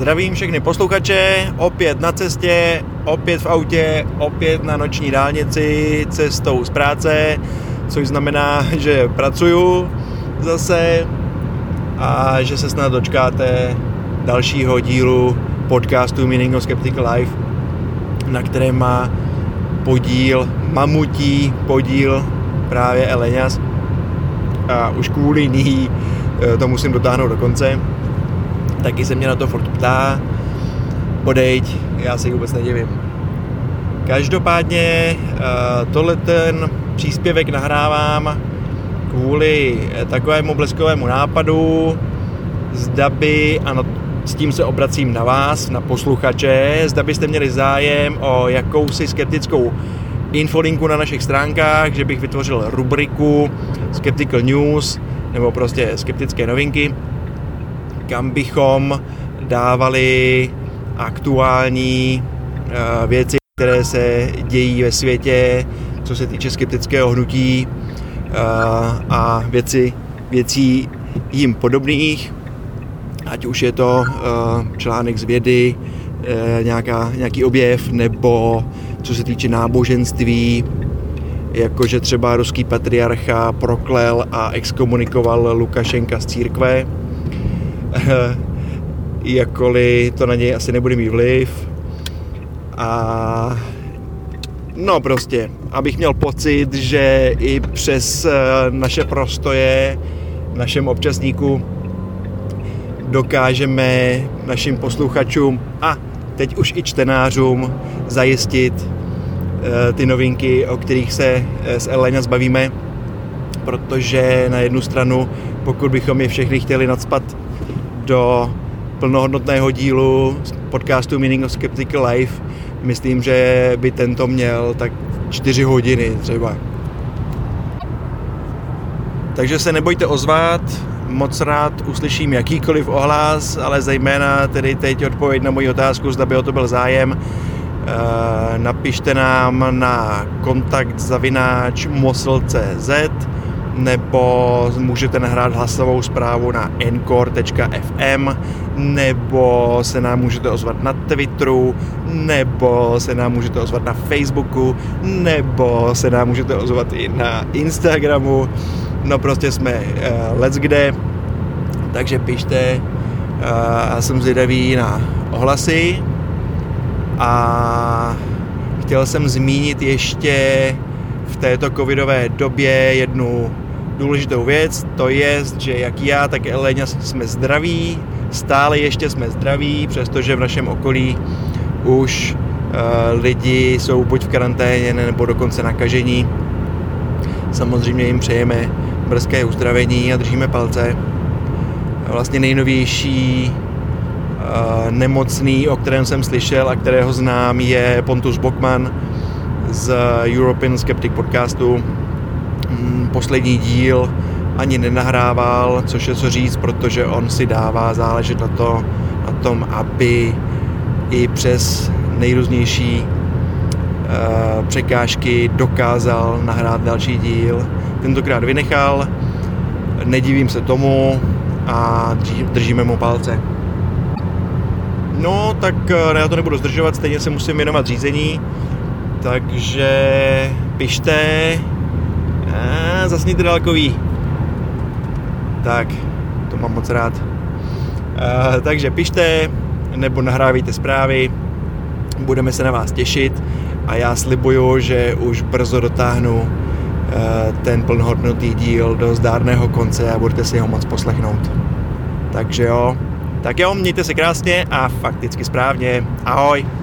Zdravím všechny posluchače, opět na cestě, opět v autě, opět na noční dálnici, cestou z práce, což znamená, že pracuju zase a že se snad dočkáte dalšího dílu podcastu Meaning of Skeptical Life, na kterém má mamutí podíl právě Eleňas a už kvůli ní to musím dotáhnout do konce. Taky se mě na to furt ptá, odejď, já si vůbec nedivím. Každopádně tohle ten příspěvek nahrávám kvůli takovému bleskovému nápadu, zda by, a s tím se obracím na vás, na posluchače, zda byste měli zájem o jakousi skeptickou infolinku na našich stránkách, že bych vytvořil rubriku Skeptical News, nebo prostě skeptické novinky, kam bychom dávali aktuální věci, které se dějí ve světě, co se týče skeptického hnutí a věcí jim podobných, ať už je to článek z vědy, nějaký objev, nebo co se týče náboženství, jakože třeba ruský patriarcha proklel a exkomunikoval Lukašenka z církve, jakkoliv to na něj asi nebude mít vliv. A no prostě, abych měl pocit, že i přes naše prostoje, našem občasníku dokážeme našim posluchačům a teď už i čtenářům zajistit ty novinky, o kterých se s Eleňas bavíme, protože na jednu stranu, pokud bychom je všechny chtěli nacpat do plnohodnotného dílu podcastu Meaning of Skeptical Life, myslím, že by tento měl tak 4 hodiny třeba. Takže se nebojte ozvat, moc rád uslyším jakýkoliv ohlas, ale zejména tedy teď odpověď na moji otázku, zda by o to byl zájem. Napište nám na kontakt@mosl.cz nebo můžete nahrát hlasovou zprávu na encore.fm, nebo se nám můžete ozvat na Twitteru, nebo se nám můžete ozvat na Facebooku, nebo se nám můžete ozvat i na Instagramu. No prostě jsme leckde, takže pište, já jsem zvědavý na ohlasy. A chtěl jsem zmínit ještě v této covidové době jednu důležitou věc, to je, že jak já, tak Eleňas jsme zdraví, stále ještě jsme zdraví, přestože v našem okolí už lidi jsou buď v karanténě nebo dokonce nakažení. Samozřejmě jim přejeme brzké uzdravení a držíme palce. Vlastně nejnovější nemocný, o kterém jsem slyšel a kterého znám, je Pontus Bokman z European Skeptic podcastu. Poslední díl ani nenahrával, což je co říct, protože on si dává záležet na tom, aby i přes nejrůznější překážky dokázal nahrát další díl. Tentokrát vynechal, nedivím se tomu a držíme mu palce. No, tak já to nebudu zdržovat, stejně se musím věnovat řízení, takže pište, zasněte dálkový. Tak, to mám moc rád. Takže pište, nebo nahrávejte zprávy, budeme se na vás těšit a já slibuju, že už brzo dotáhnu ten plnohodnotný díl do zdárného konce a budete si ho moc poslechnout. Takže jo, mějte se krásně a fakticky správně. Ahoj!